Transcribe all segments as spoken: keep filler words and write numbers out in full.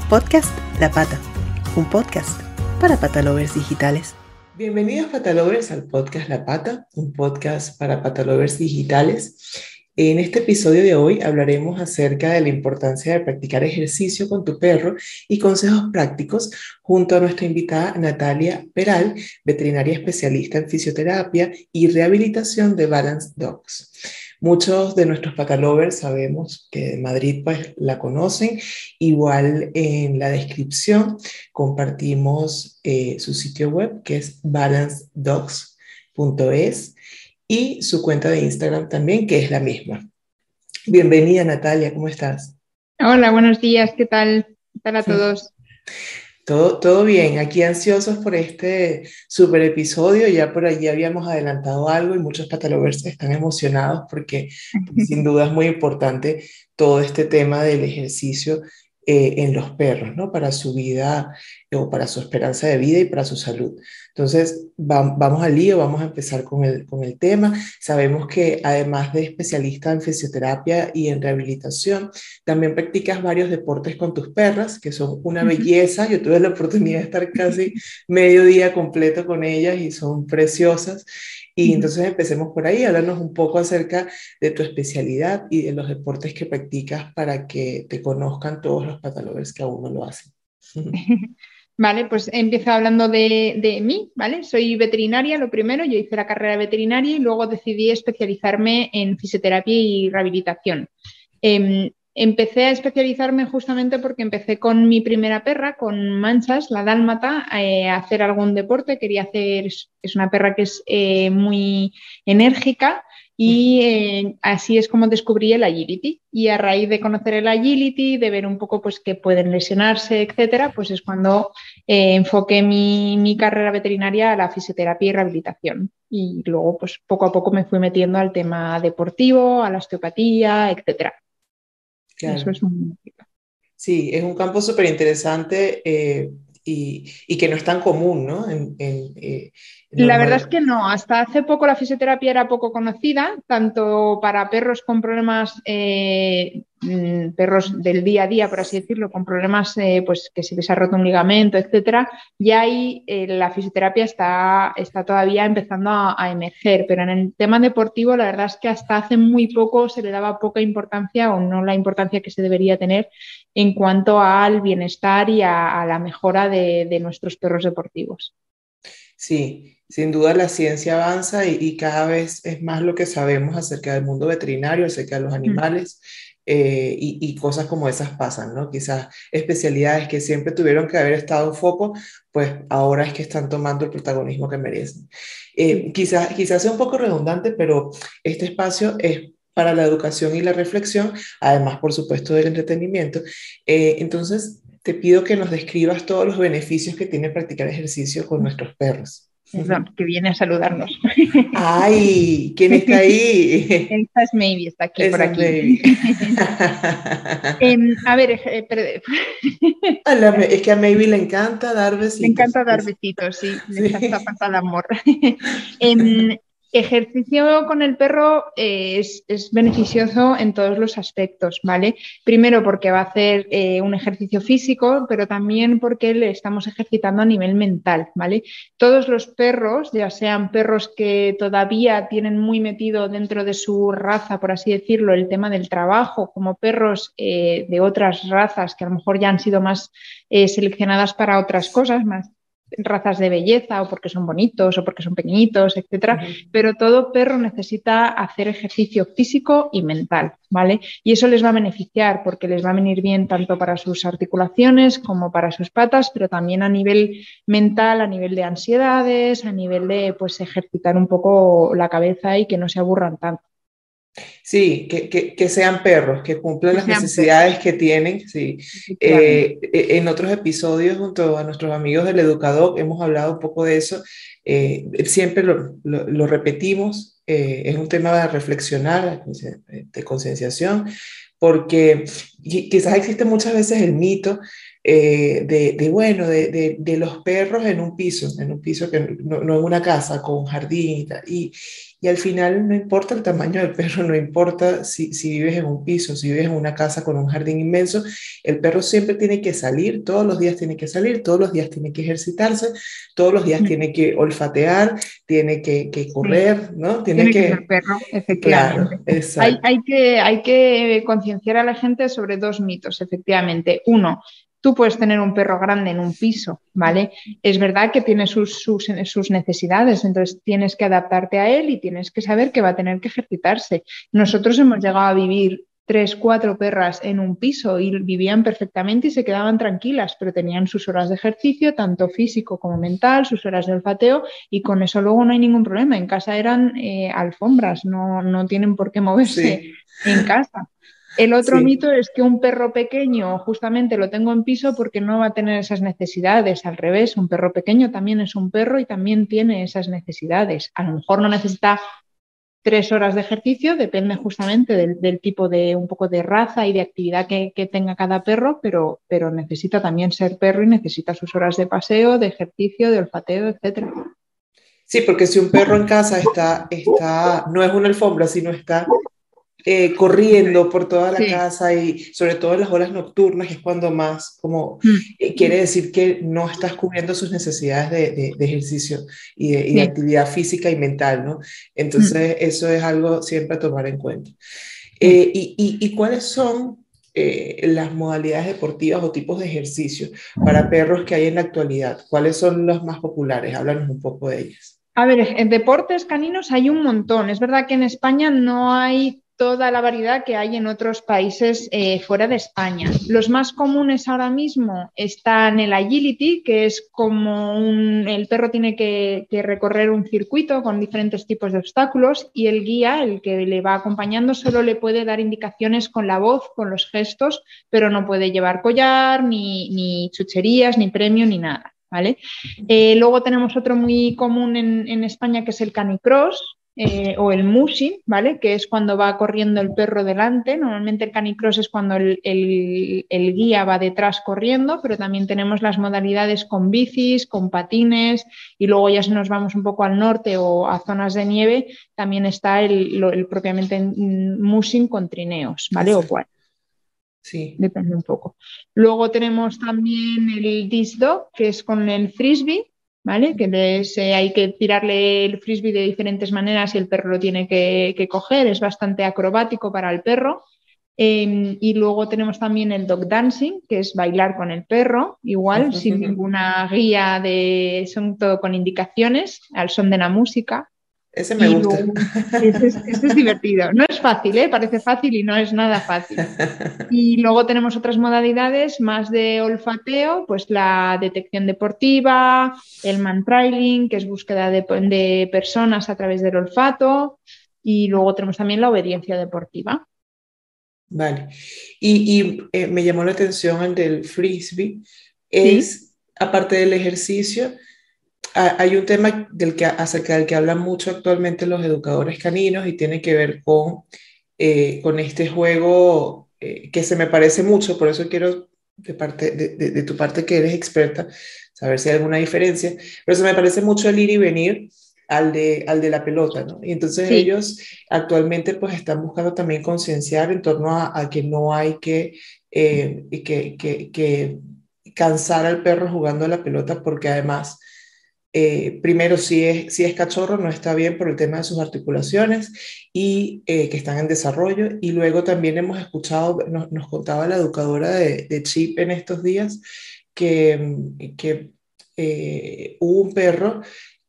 Podcast La Pata, un podcast para patalovers digitales. Bienvenidos patalovers al podcast La Pata, un podcast para patalovers digitales. En este episodio de hoy hablaremos acerca de la importancia de practicar ejercicio con tu perro y consejos prácticos junto a nuestra invitada Natalia Peral, veterinaria especialista en fisioterapia y rehabilitación de Balance Dogs. Muchos de nuestros patalovers sabemos que en Madrid pues la conocen. Igual en la descripción compartimos eh, su sitio web, que es balance dogs punto es, y su cuenta de Instagram también, que es la misma. Bienvenida, Natalia, ¿cómo estás? Hola, buenos días, ¿qué tal? ¿Qué tal a todos? Todo, todo bien, aquí ansiosos por este super episodio. Ya por allí habíamos adelantado algo y muchos patalovers están emocionados porque pues, sin duda es muy importante todo este tema del ejercicio eh, en los perros, ¿no? Para su vida o para su esperanza de vida y para su salud. Entonces, va, vamos al lío, vamos a empezar con el, con el tema. Sabemos que además de especialista en fisioterapia y en rehabilitación, también practicas varios deportes con tus perras, que son una belleza. Yo tuve la oportunidad de estar casi medio día completo con ellas y son preciosas. Y entonces empecemos por ahí, háblanos un poco acerca de tu especialidad y de los deportes que practicas para que te conozcan todos los patalovers que aún no lo hacen. Vale, pues empiezo hablando de, de mí, ¿vale? Soy veterinaria, lo primero, yo hice la carrera de veterinaria y luego decidí especializarme en fisioterapia y rehabilitación. Eh, empecé a especializarme justamente porque empecé con mi primera perra, con Manchas, la dálmata, eh, a hacer algún deporte. Quería hacer, es una perra que es eh, muy enérgica y eh, así es como descubrí el agility. Y a raíz de conocer el agility, de ver un poco pues que pueden lesionarse, etcétera, pues es cuando eh, enfoqué mi, mi carrera veterinaria a la fisioterapia y rehabilitación. Y luego pues poco a poco me fui metiendo al tema deportivo, a la osteopatía, etcétera. Claro. Eso es un... Sí, es un campo súper interesante eh, y, y que no es tan común, ¿no? En, en, eh, La verdad es normal. que no, hasta hace poco la fisioterapia era poco conocida, tanto para perros con problemas, eh, mm, perros del día a día, por así decirlo, con problemas eh, pues que se les ha roto un ligamento, etcétera. Y ahí eh, la fisioterapia está, está todavía empezando a, a emerger, pero en el tema deportivo la verdad es que hasta hace muy poco se le daba poca importancia o no la importancia que se debería tener en cuanto al bienestar y a, a la mejora de, de nuestros perros deportivos. Sí, sin duda la ciencia avanza y, y cada vez es más lo que sabemos acerca del mundo veterinario, acerca de los Mm. animales eh, y, y cosas como esas pasan, ¿no? Quizás especialidades que siempre tuvieron que haber estado en foco, pues ahora es que están tomando el protagonismo que merecen. Eh, quizás, quizás sea un poco redundante, pero este espacio es para la educación y la reflexión, además, por supuesto, del entretenimiento. Eh, entonces, te pido que nos describas todos los beneficios que tiene practicar ejercicio con nuestros perros. Perdón, que viene a saludarnos. ¡Ay! ¿Quién está ahí? Esta es Maybe, está aquí por Esa es aquí. Baby. Eh, a ver, eh, per- A la- es que a Maybe le encanta dar me besitos. encanta dar Es- besitos, sí, le está sí. falta amor. Em, ejercicio con el perro eh, es, es beneficioso en todos los aspectos, ¿vale? Primero porque va a hacer eh, un ejercicio físico, pero también porque le estamos ejercitando a nivel mental, ¿vale? Todos los perros, ya sean perros que todavía tienen muy metido dentro de su raza, por así decirlo, el tema del trabajo, como perros eh, de otras razas que a lo mejor ya han sido más eh, seleccionadas para otras cosas, más razas de belleza o porque son bonitos o porque son pequeñitos, etcétera, Ujú. pero todo perro necesita hacer ejercicio físico y mental, ¿vale? Y eso les va a beneficiar porque les va a venir bien tanto para sus articulaciones como para sus patas, pero también a nivel mental, a nivel de ansiedades, a nivel de pues ejercitar un poco la cabeza y que no se aburran tanto. Sí, que, que, que sean perros, que cumplan Que las sean necesidades perros, que tienen. Sí. efectivamente. Eh, e- en otros episodios, junto a nuestros amigos del Educador, hemos hablado un poco de eso. Eh, siempre lo, lo, lo repetimos. Eh, es un tema de reflexionar, de concienciación, porque y quizás existe muchas veces el mito eh, de, de, bueno, de, de, de los perros en un piso, en un piso que no, no en una casa, con jardín y tal. Y, y al final no importa el tamaño del perro, no importa si, si vives en un piso, si vives en una casa con un jardín inmenso, el perro siempre tiene que salir, todos los días tiene que salir, todos los días tiene que ejercitarse, todos los días tiene que olfatear, tiene que, que Sí. correr, ¿no? Tiene Tiene que ser que... perro, Claro, efectivamente. Hay, exacto. hay que, hay que concienciar a la gente sobre dos mitos, efectivamente. Uno, tú puedes tener un perro grande en un piso, ¿vale? Es verdad que tiene sus, sus, sus necesidades, entonces tienes que adaptarte a él y tienes que saber que va a tener que ejercitarse. Nosotros hemos llegado a vivir tres, cuatro perras en un piso y vivían perfectamente y se quedaban tranquilas, pero tenían sus horas de ejercicio, tanto físico como mental, sus horas de olfateo, y con eso luego no hay ningún problema. En casa eran eh, alfombras, no, no tienen por qué moverse Sí, en casa. El otro sí. mito es que un perro pequeño justamente lo tengo en piso porque no va a tener esas necesidades. Al revés, un perro pequeño también es un perro y también tiene esas necesidades. A lo mejor no necesita tres horas de ejercicio, depende justamente del, del tipo de un poco de raza y de actividad que, que tenga cada perro, pero, pero necesita también ser perro y necesita sus horas de paseo, de ejercicio, de olfateo, etcétera. Sí, porque si un perro en casa está, está, no es una alfombra, sino está eh, corriendo por toda la Sí. casa y sobre todo en las horas nocturnas, que es cuando más, como, eh, quiere decir que no estás cubriendo sus necesidades de, de, de ejercicio y de, y de Sí. actividad física y mental, ¿no? Entonces, eso es algo siempre a tomar en cuenta. Sí. Eh, y, y, ¿Y cuáles son eh, las modalidades deportivas o tipos de ejercicio para perros que hay en la actualidad? ¿Cuáles son los más populares? Háblanos un poco de ellas. A ver, en deportes caninos hay un montón. Es verdad que en España no hay toda la variedad que hay en otros países eh, fuera de España. Los más comunes ahora mismo están el agility, que es como un, el perro tiene que, que recorrer un circuito con diferentes tipos de obstáculos y el guía, el que le va acompañando, solo le puede dar indicaciones con la voz, con los gestos, pero no puede llevar collar, ni, ni chucherías, ni premio, ni nada. ¿Vale? Eh, luego tenemos otro muy común en, en España que es el canicross eh, o el mushing, ¿vale? Que es cuando va corriendo el perro delante. Normalmente el canicross es cuando el, el, el guía va detrás corriendo, pero también tenemos las modalidades con bicis, con patines y luego ya si nos vamos un poco al norte o a zonas de nieve, también está el, el propiamente mushing con trineos, ¿vale? O cual. Sí. Depende un poco. Luego tenemos también el disc dog, que es con el frisbee, ¿vale? Que les, eh, hay que tirarle el frisbee de diferentes maneras y el perro lo tiene que, que coger. Es bastante acrobático para el perro. Eh, y luego tenemos también el dog dancing, que es bailar con el perro, igual, sin ninguna guía, de, son todo con indicaciones, al son de la música. Ese me Y gusta. luego, este es, este es divertido. No es fácil, ¿eh? Parece fácil y no es nada fácil. Y luego tenemos otras modalidades más de olfateo, pues la detección deportiva, el man-trailing, que es búsqueda de, de personas a través del olfato, y luego tenemos también la obediencia deportiva. Vale. Y, y eh, me llamó la atención el del frisbee. Sí, Es, aparte del ejercicio, ha- hay un tema del que, acerca del que hablan mucho actualmente los educadores caninos y tiene que ver con, eh, con este juego eh, que se me parece mucho, por eso quiero de, parte, de, de, de tu parte que eres experta, saber si hay alguna diferencia, pero se me parece mucho el ir y venir al de, al de la pelota, ¿no? Y entonces sí. ellos actualmente pues están buscando también concienciar en torno a, a que no hay que, eh, que, que, que cansar al perro jugando a la pelota porque además eh, primero, si es, si es cachorro, no está bien por el tema de sus articulaciones y eh, que están en desarrollo. Y luego también hemos escuchado, nos, nos contaba la educadora de, de Chip en estos días, que, que eh, hubo un perro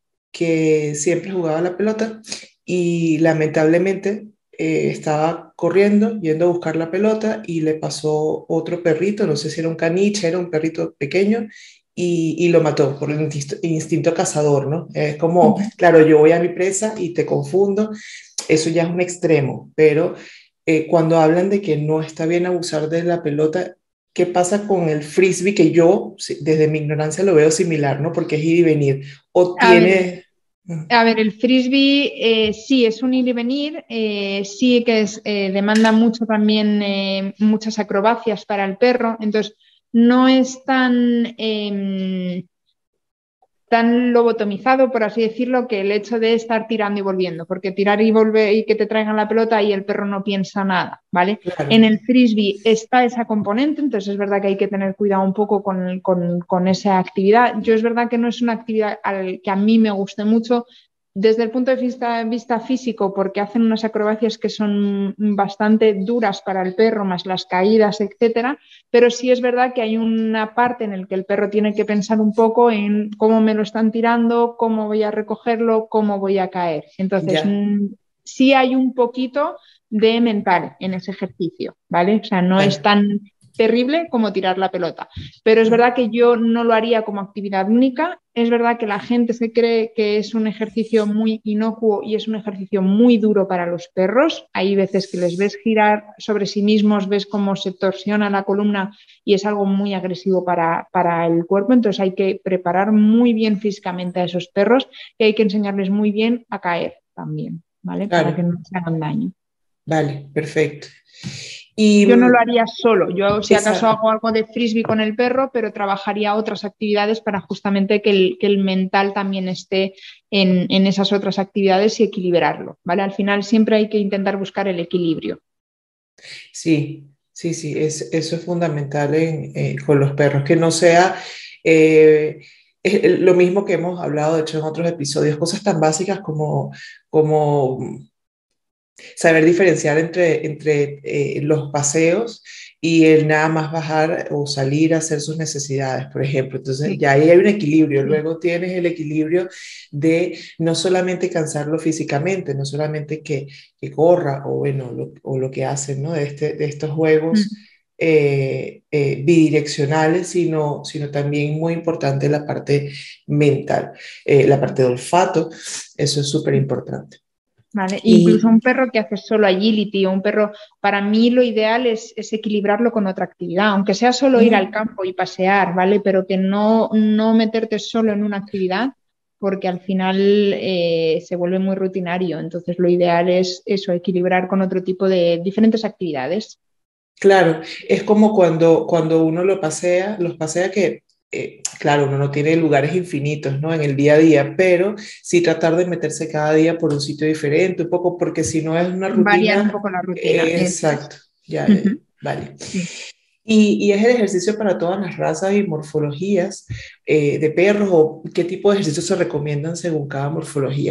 que siempre jugaba a la pelota y lamentablemente eh, estaba corriendo, yendo a buscar la pelota y le pasó otro perrito, no sé si era un caniche, era un perrito pequeño, y, y lo mató por el instinto, instinto cazador, ¿no? Es como, claro, yo voy a mi presa y te confundo, eso ya es un extremo, pero eh, cuando hablan de que no está bien abusar de la pelota, ¿qué pasa con el frisbee? Que yo, sí, desde mi ignorancia, lo veo similar, ¿no? Porque es ir y venir. O A ver, tiene... A ver, el frisbee eh, sí es un ir y venir, eh, sí que es, eh, demanda mucho también, eh, muchas acrobacias para el perro, entonces no es tan, eh, tan lobotomizado, por así decirlo, que el hecho de estar tirando y volviendo, porque tirar y volver y que te traigan la pelota y el perro no piensa nada, ¿vale? Claro, En el frisbee está esa componente, entonces es verdad que hay que tener cuidado un poco con, con, con esa actividad. Yo es verdad que no es una actividad al que a mí me guste mucho desde el punto de vista, vista físico, porque hacen unas acrobacias que son bastante duras para el perro, más las caídas, etcétera, pero sí es verdad que hay una parte en la que el perro tiene que pensar un poco en cómo me lo están tirando, cómo voy a recogerlo, cómo voy a caer. Entonces, ya, mmm, sí hay un poquito de mental en ese ejercicio, ¿vale? O sea, no es claro. tan terrible como tirar la pelota, pero es verdad que yo no lo haría como actividad única. Es verdad que la gente se cree que es un ejercicio muy inocuo y es un ejercicio muy duro para los perros. Hay veces que les ves girar sobre sí mismos, ves cómo se torsiona la columna y es algo muy agresivo para, para el cuerpo. Entonces hay que preparar muy bien físicamente a esos perros y hay que enseñarles muy bien a caer también, ¿vale? Para que Claro, no se hagan daño. vale, perfecto. Y Yo no lo mm, haría solo, yo si acaso esa, hago algo de frisbee con el perro, pero trabajaría otras actividades para justamente que el, que el mental también esté en, en esas otras actividades y equilibrarlo, ¿vale? Al final siempre hay que intentar buscar el equilibrio. sí, sí, sí, es, eso es fundamental en, eh, con los perros, que no sea eh, es lo mismo que hemos hablado, de hecho, en otros episodios, cosas tan básicas como, como saber diferenciar entre, entre eh, los paseos y el nada más bajar o salir a hacer sus necesidades, por ejemplo. Entonces, Sí, ya ahí hay un equilibrio. sí. Luego tienes el equilibrio de no solamente cansarlo físicamente, no solamente que, que corra o, bueno, lo, o lo que hacen, ¿no? De, este, de estos juegos. Mm. Eh, eh, bidireccionales, sino, sino también muy importante la parte mental, eh, la parte de olfato, eso es súper importante. Vale, incluso Y un perro que hace solo agility o un perro, para mí lo ideal es, es equilibrarlo con otra actividad, aunque sea solo ir al ujú, campo y pasear, ¿vale? Pero que no, no meterte solo en una actividad, porque al final eh, se vuelve muy rutinario. Entonces lo ideal es eso, equilibrar con otro tipo de diferentes actividades. claro, es como cuando, cuando uno lo pasea, los pasea que, eh, claro, uno no tiene lugares infinitos, ¿no? En el día a día, pero sí tratar de meterse cada día por un sitio diferente, un poco, porque si no es una Variar un rutina, poco la rutina, eh, eso es. exacto, ya, ya, ya, Ujú, vale. sí. Y, y es el ejercicio para todas las razas y morfologías eh, de perros, o qué tipo de ejercicios se recomiendan según cada morfología.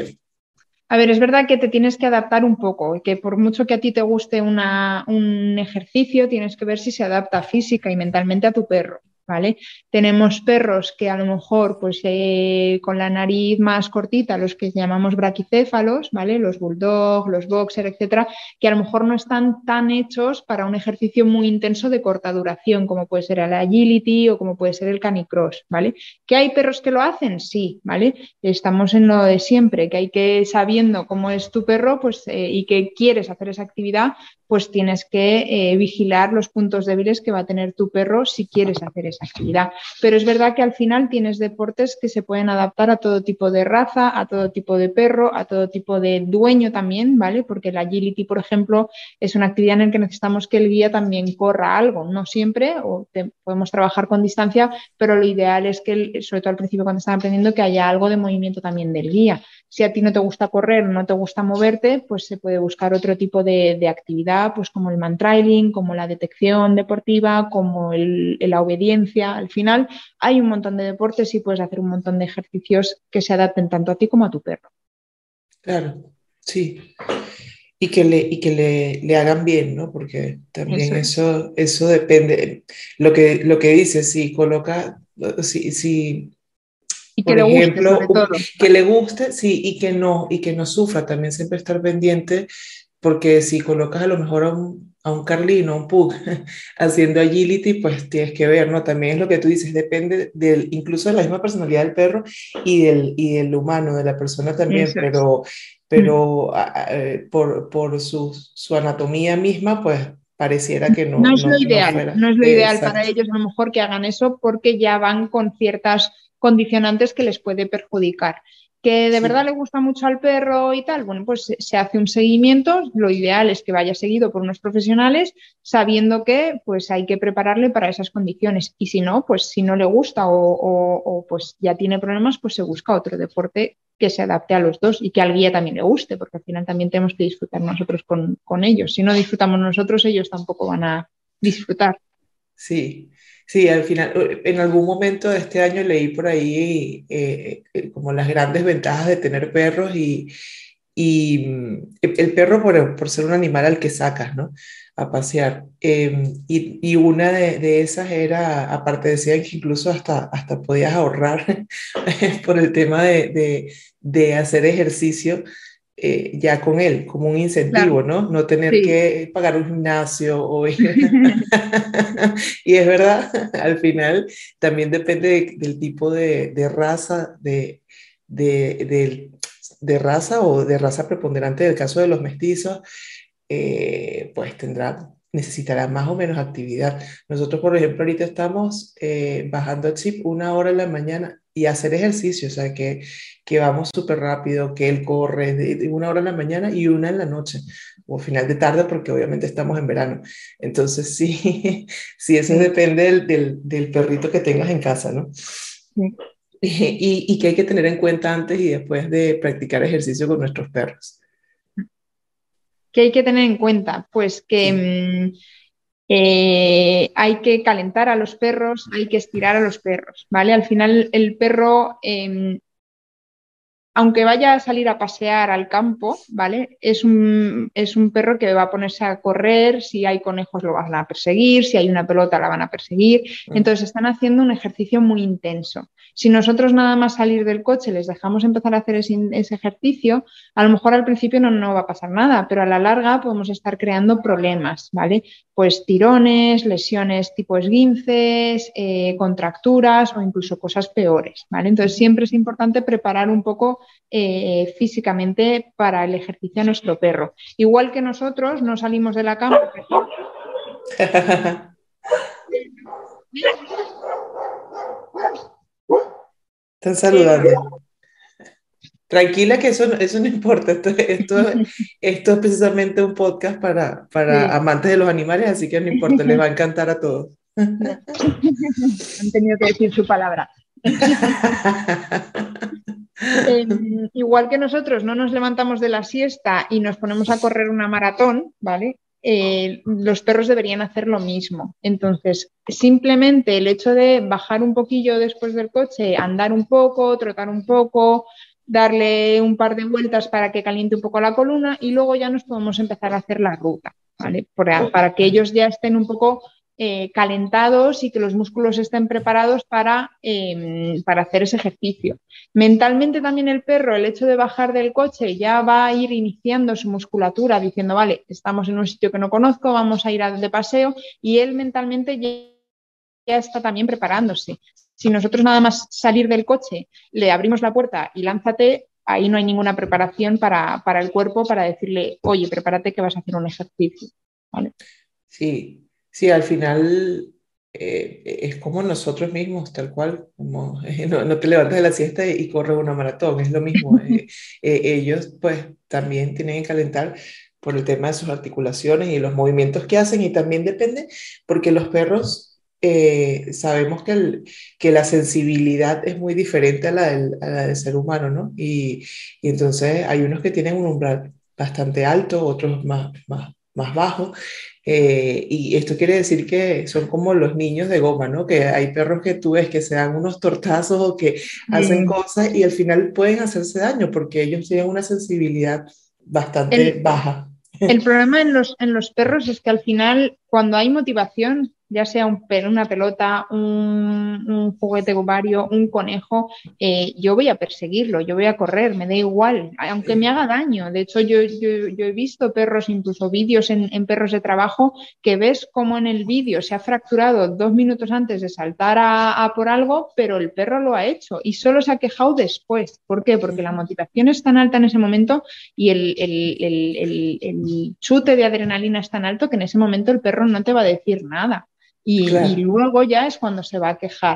A ver, es verdad que te tienes que adaptar un poco, que por mucho que a ti te guste una, un ejercicio, tienes que ver si se adapta física y mentalmente a tu perro, ¿vale? Tenemos perros que a lo mejor, pues eh, con la nariz más cortita, los que llamamos braquicéfalos, ¿vale? Los bulldog, los boxer, etcétera, que a lo mejor no están tan hechos para un ejercicio muy intenso de corta duración, como puede ser el agility o como puede ser el canicross, ¿vale? ¿Que hay perros que lo hacen? Sí, ¿vale? Estamos en lo de siempre, que hay que, sabiendo cómo es tu perro pues, eh, y que quieres hacer esa actividad, pues tienes que eh, vigilar los puntos débiles que va a tener tu perro si quieres hacer esa actividad. Pero es verdad que al final tienes deportes que se pueden adaptar a todo tipo de raza, a todo tipo de perro, a todo tipo de dueño también, ¿vale? Porque el agility, por ejemplo, es una actividad en la que necesitamos que el guía también corra algo, no siempre, o te, podemos trabajar con distancia, pero lo ideal es que, sobre todo al principio cuando están aprendiendo, que haya algo de movimiento también del guía. Si a ti no te gusta correr, no te gusta moverte, pues se puede buscar otro tipo de, de actividad, pues como el mantrailing, como la detección deportiva, como el, la obediencia. Al final hay un montón de deportes y puedes hacer un montón de ejercicios que se adapten tanto a ti como a tu perro. Claro, sí. Y que le, y que le, le hagan bien, ¿no? Porque también Eso es. eso, eso depende. Lo que, lo que dice, si coloca, si, si, Y que por le guste, ejemplo, sobre todo. que le guste, sí, y que no, y que no sufra, también siempre estar pendiente, porque si colocas a lo mejor a un, a un Carlino, a un Pug, haciendo agility, pues tienes que ver, ¿no? También es lo que tú dices, depende del, incluso de la misma personalidad del perro y del, y del humano, de la persona también, Eso es. pero, Mm. pero a- a- eh, por, por su, su anatomía misma, pues pareciera que No no, es lo no, no ideal, fuera. no es lo ideal para Exacto, ellos a lo mejor que hagan eso porque ya van con ciertas condicionantes que les puede perjudicar. Que de Sí. verdad le gusta mucho al perro y tal, bueno, pues se, se hace un seguimiento. Lo ideal es que vaya seguido por unos profesionales, sabiendo que pues hay que prepararle para esas condiciones. Y si no, pues si no le gusta o, o, o pues ya tiene problemas, pues se busca otro deporte que se adapte a los dos y que al guía también le guste, porque al final también tenemos que disfrutar nosotros con, con ellos. Si no disfrutamos nosotros, ellos tampoco van a disfrutar. Sí, sí, al final, en algún momento de este año leí por ahí eh, eh, como las grandes ventajas de tener perros y, y mm, el el perro por, por ser un animal al que sacas, ¿no? A pasear. Eh, y, y una de, de esas era, aparte decían que incluso hasta, hasta podías ahorrar por el tema de, de, de hacer ejercicio eh, ya con él, como un Claro, incentivo, ¿no? No tener sí. que pagar un gimnasio o ir. Y es verdad, al final también depende de- del tipo de, de raza, de, de, del- de raza o de raza preponderante del caso de los mestizos, eh, pues tendrá, necesitará más o menos actividad. Nosotros, por ejemplo, ahorita estamos eh, bajando el chip una hora en la mañana y hacer ejercicio, o sea, que, que vamos súper rápido, que él corre de, de una hora en la mañana y una en la noche, o final de tarde, porque obviamente estamos en verano. Entonces, sí, sí, eso Sí, depende del, del, del perrito que tengas en casa, ¿no? sí. Y, y que hay que tener en cuenta antes y después de practicar ejercicio con nuestros perros. ¿Qué hay que tener en cuenta? Pues que Sí. mm, eh, hay que calentar a los perros, hay que estirar a los perros, ¿vale? Al final el perro, eh, aunque vaya a salir a pasear al campo, ¿vale? Es un, es un perro que va a ponerse a correr, si hay conejos lo van a perseguir, si hay una pelota la van a perseguir, Mm. entonces están haciendo un ejercicio muy intenso. Si nosotros nada más salir del coche les dejamos empezar a hacer ese, ese ejercicio, a lo mejor al principio no, no va a pasar nada, pero a la larga podemos estar creando problemas, ¿vale? Pues tirones, lesiones tipo esguinces, eh, contracturas o incluso cosas peores, ¿vale? Entonces siempre es importante preparar un poco eh, físicamente para el ejercicio a nuestro perro. Igual que nosotros no salimos de la cama. Están Eh, saludando. Tranquila que eso, no- eso no importa. Esto, esto, esto es precisamente un podcast para, para sí, amantes de los animales, así que no importa, les va a encantar a todos. han tenido que decir su palabra. Eh, igual que nosotros no nos levantamos de la siesta y nos ponemos a correr una maratón, ¿vale? Eh, los perros deberían hacer lo mismo. Entonces, simplemente el hecho de bajar un poquillo después del coche, andar un poco, trotar un poco, darle un par de vueltas para que caliente un poco la columna y luego ya nos podemos empezar a hacer la ruta, ¿vale? Para, para que ellos ya estén un poco eh, calentados y que los músculos estén preparados para, eh, para hacer ese ejercicio. Mentalmente también el perro, el hecho de bajar del coche ya va a ir iniciando su musculatura diciendo, vale, estamos en un sitio que no conozco, vamos a ir de paseo y él mentalmente ya, ya está también preparándose. Si nosotros nada más salir del coche, le abrimos la puerta y lánzate, ahí no hay ninguna preparación para, para el cuerpo para decirle, oye, prepárate que vas a hacer un ejercicio. ¿Vale? Sí, sí, al final eh, es como nosotros mismos, tal cual, como eh, no, no te levantas de la siesta y, y corres una maratón, es lo mismo. Eh, eh, ellos pues también tienen que calentar por el tema de sus articulaciones y los movimientos que hacen y también depende porque los perros eh, sabemos que, el- que la sensibilidad es muy diferente a la del, a la del ser humano, ¿no? Y, y entonces hay unos que tienen un umbral bastante alto, otros más, más, más bajo. Eh, y esto quiere decir que son como los niños de goma, ¿no? Que hay perros que tú ves que se dan unos tortazos o que hacen Sí. cosas y al final pueden hacerse daño porque ellos tienen una sensibilidad bastante El, baja. El problema en los, en los perros es que al final, cuando hay motivación, ya sea un, una pelota, un, un juguete ovario, un conejo, eh, yo voy a perseguirlo, yo voy a correr, me da igual, aunque me Sí. haga daño. De hecho, yo, yo, yo he visto perros, incluso vídeos en, en perros de trabajo, que ves como en el vídeo se ha fracturado dos minutos antes de saltar a, a por algo, pero el perro lo ha hecho y solo se ha quejado después. ¿Por qué? Porque la motivación es tan alta en ese momento y el, el, el, el, el chute de adrenalina es tan alto que en ese momento el perro no te va a decir nada. Y, y Claro, luego ya es cuando se va a quejar.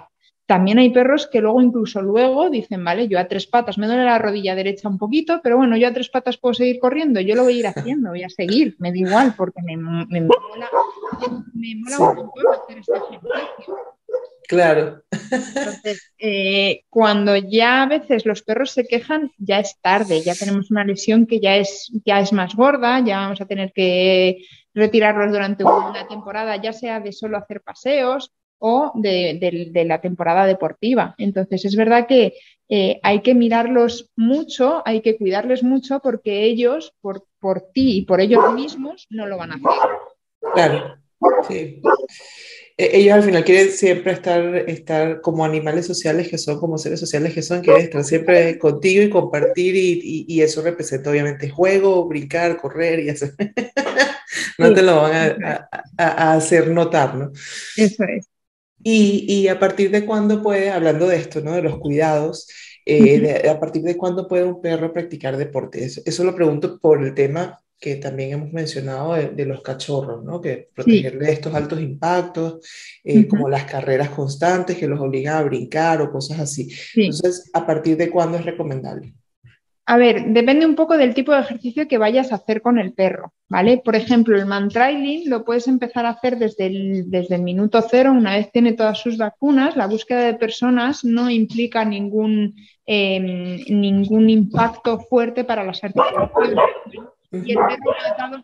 También hay perros que luego, incluso luego, dicen, vale, yo a tres patas me duele la rodilla derecha un poquito, pero bueno, yo a tres patas puedo seguir corriendo, yo lo voy a ir haciendo, voy a seguir, me da igual, porque me, me, me mola, me mola Sí, un montón hacer este ejercicio. claro. Entonces, eh, cuando ya a veces los perros se quejan, ya es tarde, ya tenemos una lesión que ya es, ya es más gorda, ya vamos a tener que retirarlos durante una temporada, ya sea de solo hacer paseos o de, de, de la temporada deportiva. Entonces, es verdad que eh, hay que mirarlos mucho, hay que cuidarles mucho porque ellos, por, por ti y por ellos mismos, no lo van a hacer. Claro, sí. E- Ellos al final quieren siempre estar, estar como animales sociales que son, como seres sociales que son, quieren estar siempre contigo y compartir y, y, y eso representa obviamente juego, brincar, correr y eso. No te Sí, lo van a, eso es. a- a- a hacer notar, ¿no? Eso es. Y, y a partir de cuándo puede, hablando de esto, ¿no? De los cuidados, eh, Uh-huh. de- a partir de cuándo puede un perro practicar deporte. Eso, eso lo pregunto por el tema que también hemos mencionado de, de los cachorros, ¿no? Que Sí. protegerle de estos altos impactos, eh, Uh-huh. como las carreras constantes que los obligan a brincar o cosas así. Sí. Entonces, ¿a partir de cuándo es recomendable? A ver, depende un poco del tipo de ejercicio que vayas a hacer con el perro, ¿vale? Por ejemplo, el mantrailing lo puedes empezar a hacer desde el, desde el minuto cero, una vez tiene todas sus vacunas. La búsqueda de personas no implica ningún, eh, ningún impacto fuerte para las articulaciones. Y el Ujú. perro va atado...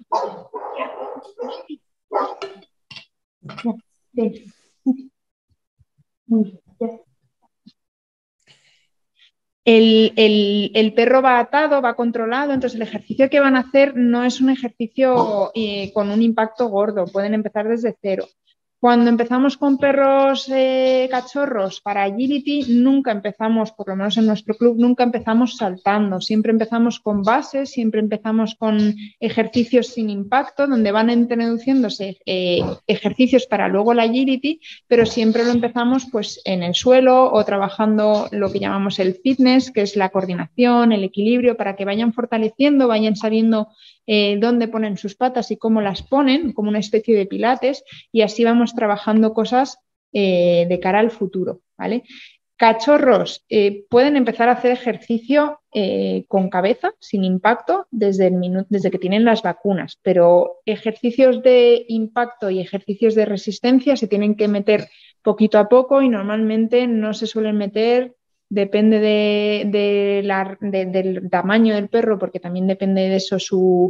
Sí. Muy bien. El, el, el, perro va atado, va controlado, entonces el ejercicio que van a hacer no es un ejercicio eh, con un impacto gordo, pueden empezar desde cero. Cuando empezamos con perros eh, cachorros para agility, nunca empezamos, por lo menos en nuestro club, nunca empezamos saltando, siempre empezamos con bases, siempre empezamos con ejercicios sin impacto, donde van introduciéndose eh, ejercicios para luego la agility, pero siempre lo empezamos pues en el suelo o trabajando lo que llamamos el fitness, que es la coordinación, el equilibrio, para que vayan fortaleciendo, vayan sabiendo eh, dónde ponen sus patas y cómo las ponen, como una especie de pilates, y así vamos trabajando cosas eh, de cara al futuro, ¿vale? Cachorros eh, pueden empezar a hacer ejercicio eh, con cabeza, sin impacto, desde, el minu- desde que tienen las vacunas, pero ejercicios de impacto y ejercicios de resistencia se tienen que meter poquito a poco y normalmente no se suelen meter, depende de, de la, de, del tamaño del perro, porque también depende de eso su,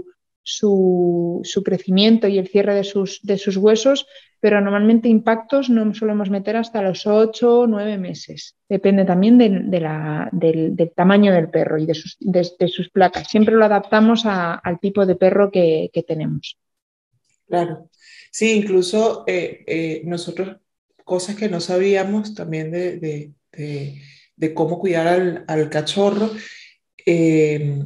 su, su crecimiento y el cierre de sus, de sus huesos, pero normalmente impactos no solemos meter hasta los ocho o nueve meses. Depende también de, de la, del, del tamaño del perro y de sus, de, de sus placas. Siempre lo adaptamos a, al tipo de perro que, que tenemos. Claro. Sí, incluso eh, eh, nosotros, cosas que no sabíamos también de, de, de, de cómo cuidar al, al cachorro. eh,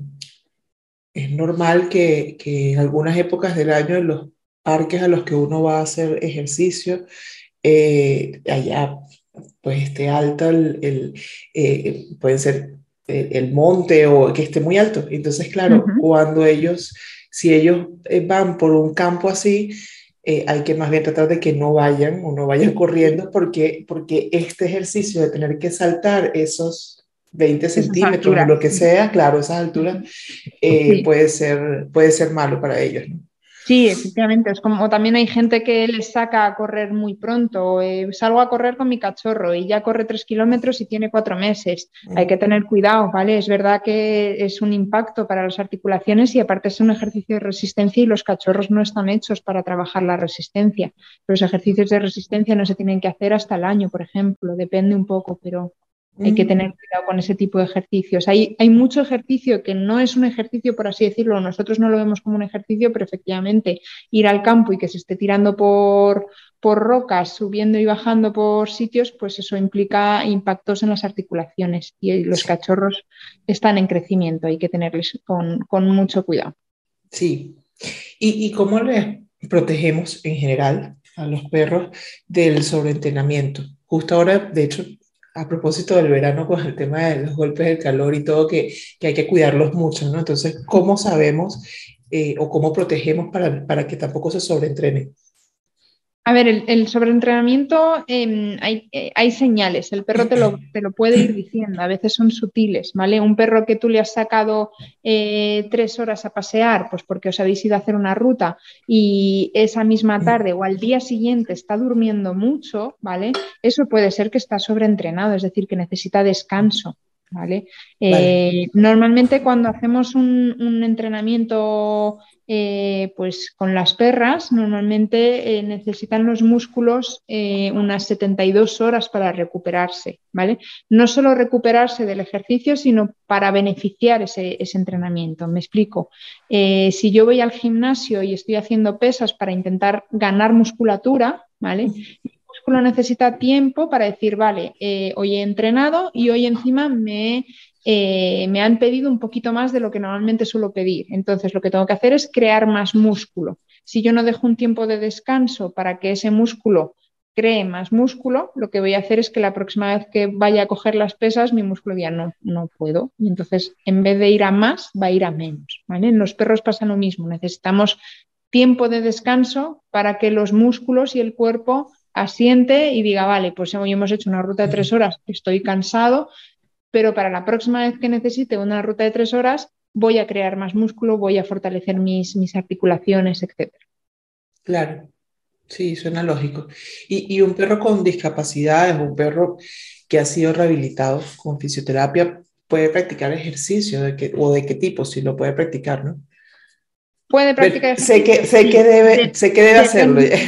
Es normal que, que en algunas épocas del año en los parques a los que uno va a hacer ejercicio, eh, allá pues esté alto el, el, eh, puede ser el, el monte o que esté muy alto. Entonces, claro, Uh-huh. cuando ellos, si ellos eh, van por un campo así, eh, hay que más bien tratar de que no vayan o no vayan corriendo porque, porque este ejercicio de tener que saltar esos veinte Esas centímetros o alturas. lo que sea, claro, esas alturas eh, Sí. puede ser, puede ser malo para ellos, ¿no? Sí, efectivamente. Es como también hay gente que les saca a correr muy pronto. Eh, salgo a correr con mi cachorro y ya corre tres kilómetros y tiene cuatro meses. Hay que tener cuidado, ¿vale? Es verdad que es un impacto para las articulaciones y aparte es un ejercicio de resistencia y los cachorros no están hechos para trabajar la resistencia. Los ejercicios de resistencia no se tienen que hacer hasta el año, por ejemplo. Depende un poco, pero hay que tener cuidado con ese tipo de ejercicios. Hay, hay mucho ejercicio que no es un ejercicio, por así decirlo, nosotros no lo vemos como un ejercicio, pero efectivamente ir al campo y que se esté tirando por, por rocas, subiendo y bajando por sitios, pues eso implica impactos en las articulaciones y los Sí, cachorros están en crecimiento, hay que tenerles con, con mucho cuidado. sí. ¿Y, y cómo les protegemos en general a los perros del sobreentrenamiento? Justo ahora, de hecho, a propósito del verano, con el tema de los golpes del calor y todo, que, que hay que cuidarlos mucho, ¿no? Entonces, ¿cómo sabemos eh, o cómo protegemos para, para que tampoco se sobreentrenen? A ver, el, el sobreentrenamiento, eh, hay, eh, hay señales, el perro te lo, te lo puede ir diciendo, a veces son sutiles, ¿vale? Un perro que tú le has sacado eh, tres horas a pasear, pues porque os habéis ido a hacer una ruta y esa misma tarde o al día siguiente está durmiendo mucho, ¿vale? Eso puede ser que está sobreentrenado, es decir, que necesita descanso, ¿vale? Vale, Eh, normalmente cuando hacemos un, un entrenamiento eh, pues con las perras normalmente eh, necesitan los músculos eh, unas setenta y dos horas para recuperarse, ¿vale? No solo recuperarse del ejercicio, sino para beneficiar ese, ese entrenamiento. Me explico. Eh, si yo voy al gimnasio y estoy haciendo pesas para intentar ganar musculatura, ¿vale? El músculo necesita tiempo para decir, vale, eh, hoy he entrenado y hoy encima me he eh, me han pedido un poquito más de lo que normalmente suelo pedir. Entonces, lo que tengo que hacer es crear más músculo. Si yo no dejo un tiempo de descanso para que ese músculo cree más músculo, lo que voy a hacer es que la próxima vez que vaya a coger las pesas, mi músculo ya no, no puedo. Y entonces, en vez de ir a más, va a ir a menos, ¿vale? En los perros pasa lo mismo. Necesitamos tiempo de descanso para que los músculos y el cuerpo asiente y diga, vale, pues hoy hemos hecho una ruta de tres horas, estoy cansado, pero para la próxima vez que necesite una ruta de tres horas, voy a crear más músculo, voy a fortalecer mis, mis articulaciones, etcétera. claro. Sí, suena lógico. Y, y un perro con discapacidades, un perro que ha sido rehabilitado con fisioterapia, puede practicar ejercicio de qué, o de qué tipo, si lo puede practicar, ¿no? ¿Puede Pero practicar sé que, ejercicio? sé que Sí. debe, De- sé que debe hacerlo. depende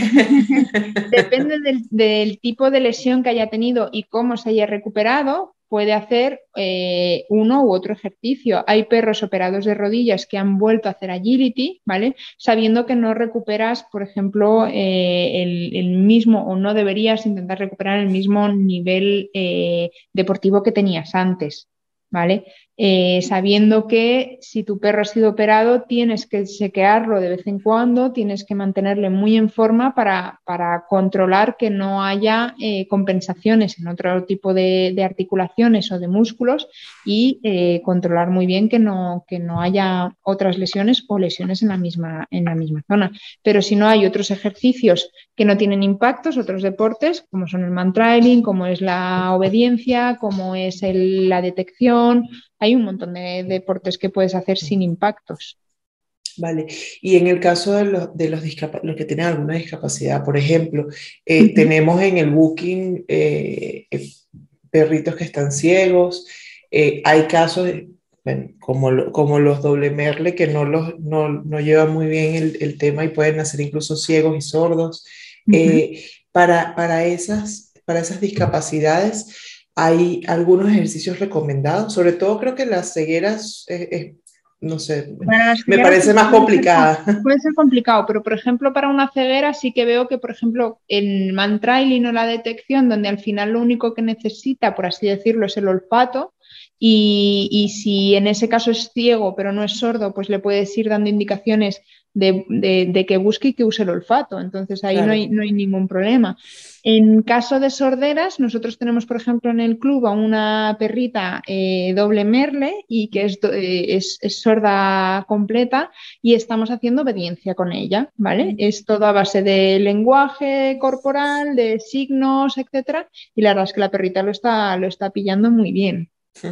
depende del, del tipo de lesión que haya tenido y cómo se haya recuperado, puede hacer eh, uno u otro ejercicio. Hay perros operados de rodillas que han vuelto a hacer agility, ¿vale? Sabiendo que no recuperas, por ejemplo, eh, el, el mismo o no deberías intentar recuperar el mismo nivel eh, deportivo que tenías antes, ¿vale? Eh, sabiendo que si tu perro ha sido operado, tienes que chequearlo de vez en cuando, tienes que mantenerle muy en forma para, para controlar que no haya eh, compensaciones en otro tipo de, de, articulaciones o de músculos y eh, controlar muy bien que no, que no haya otras lesiones o lesiones en la, misma, en la misma zona. Pero si no, hay otros ejercicios que no tienen impactos, otros deportes, como son el mantrailing, como es la obediencia, como es el, la detección. Hay un montón de deportes que puedes hacer sin impactos. Vale, y en el caso de los, de los, discap- los que tienen alguna discapacidad, por ejemplo, eh, Uh-huh. tenemos en el booking eh, eh, perritos que están ciegos, eh, hay casos, de- bueno, como, lo- como los doble merle que no, los, no, no llevan muy bien el, el tema y pueden nacer incluso ciegos y sordos. Uh-huh. Eh, para, para esas, para esas discapacidades, ¿hay algunos ejercicios recomendados? Sobre todo creo que las cegueras es, es no sé, Para las me cegueras parece más puede ser, complicada. puede ser complicado, pero por ejemplo para una ceguera sí que veo que por ejemplo en mantrailing o la detección, donde al final lo único que necesita, por así decirlo, es el olfato, y, y si en ese caso es ciego pero no es sordo, pues le puedes ir dando indicaciones de, de, de que busque y que use el olfato, entonces ahí no hay, Claro. no hay ningún problema. En caso de sorderas, nosotros tenemos, por ejemplo, en el club a una perrita eh, doble merle y que es, eh, es, es sorda completa y estamos haciendo obediencia con ella, ¿vale? Es todo a base de lenguaje corporal, de signos, etcétera, y la verdad es que la perrita lo está, lo está pillando muy bien.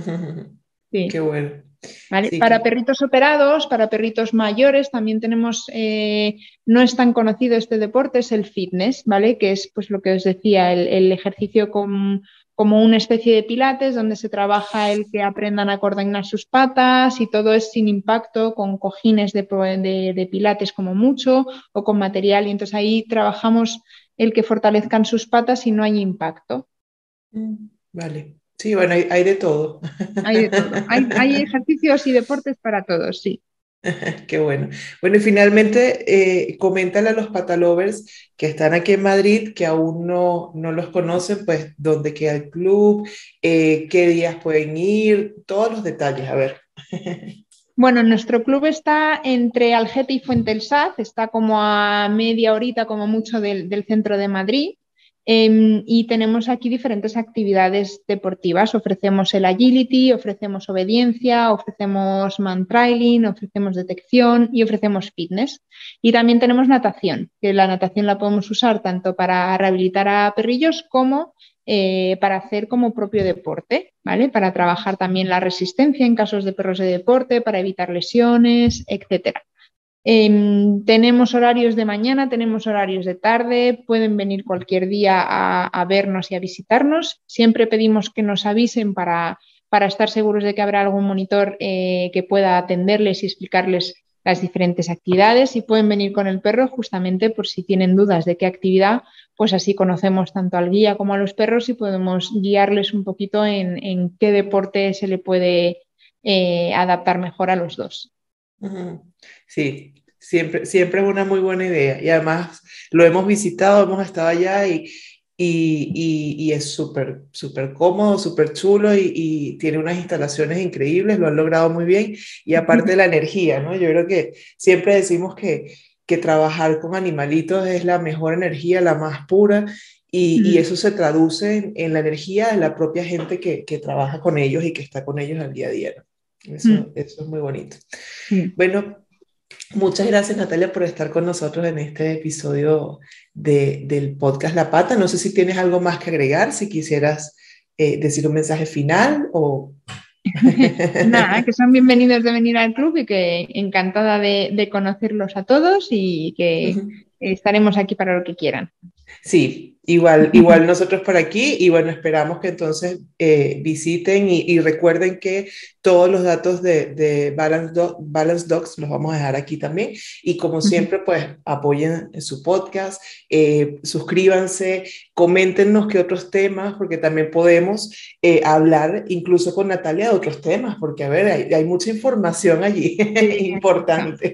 Qué Sí. bueno. ¿Vale? Sí, Para que, perritos operados, para perritos mayores, también tenemos, eh, no es tan conocido este deporte, es el fitness, ¿vale? Que es pues lo que os decía, el, el ejercicio con, como una especie de pilates donde se trabaja el que aprendan a coordinar sus patas y todo es sin impacto, con cojines de, de, de pilates como mucho o con material y entonces ahí trabajamos el que fortalezcan sus patas y no hay impacto. vale. Sí, bueno, hay, hay de todo. Hay de todo. Hay, hay ejercicios y deportes para todos, sí. Qué bueno. Bueno, y finalmente, eh, coméntale a los patalovers que están aquí en Madrid, que aún no, no los conocen, pues dónde queda el club, eh, qué días pueden ir, todos los detalles, a ver. Bueno, nuestro club está entre Algete y Fuentelsaz, está como a media horita como mucho del, del centro de Madrid. Eh, y tenemos aquí diferentes actividades deportivas. Ofrecemos el agility, ofrecemos obediencia, ofrecemos man-trailing, ofrecemos detección y ofrecemos fitness. Y también tenemos natación, que la natación la podemos usar tanto para rehabilitar a perrillos como eh, para hacer como propio deporte, ¿vale? Para trabajar también la resistencia en casos de perros de deporte, para evitar lesiones, etcétera. Eh, tenemos horarios de mañana, tenemos horarios de tarde, pueden venir cualquier día a, a vernos y a visitarnos. Siempre pedimos que nos avisen para, para estar seguros de que habrá algún monitor eh, que pueda atenderles y explicarles las diferentes actividades, y pueden venir con el perro justamente por si tienen dudas de qué actividad, pues así conocemos tanto al guía como a los perros y podemos guiarles un poquito en, en qué deporte se le puede eh, adaptar mejor a los dos. Sí, siempre, siempre es una muy buena idea y además lo hemos visitado, hemos estado allá y, y, y, y es súper, súper cómodo, súper chulo y, y tiene unas instalaciones increíbles, lo han logrado muy bien y aparte la energía, ¿no? Yo creo que siempre decimos que, que trabajar con animalitos es la mejor energía, la más pura. Y, y eso se traduce en, en la energía de la propia gente que, que trabaja con ellos y que está con ellos al día a día, ¿no? Eso, mm. eso es muy bonito. Mm. Bueno, muchas gracias, Natalia, por estar con nosotros en este episodio de, del podcast La Pata. No sé si tienes algo más que agregar, si quisieras eh, decir un mensaje final o... Nada, que son bienvenidos de venir al club y que encantada de, de conocerlos a todos y que uh-huh. estaremos aquí para lo que quieran. Sí, igual, igual nosotros por aquí y bueno, esperamos que entonces eh, visiten y, y recuerden que todos los datos de, de Balance, Do- Balance Dogs los vamos a dejar aquí también y como siempre pues apoyen su podcast, eh, suscríbanse, coméntenos qué otros temas porque también podemos eh, hablar incluso con Natalia de otros temas porque a ver, hay, hay mucha información allí importante.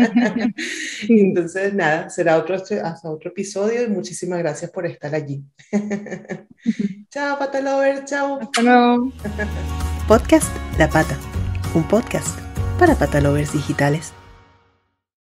Sí. Entonces nada, será otro, hasta otro episodio y muchísimas gracias por estar allí. Chao, Pata Lover, chao. Hasta luego. Podcast La Pata, un podcast para patalovers digitales.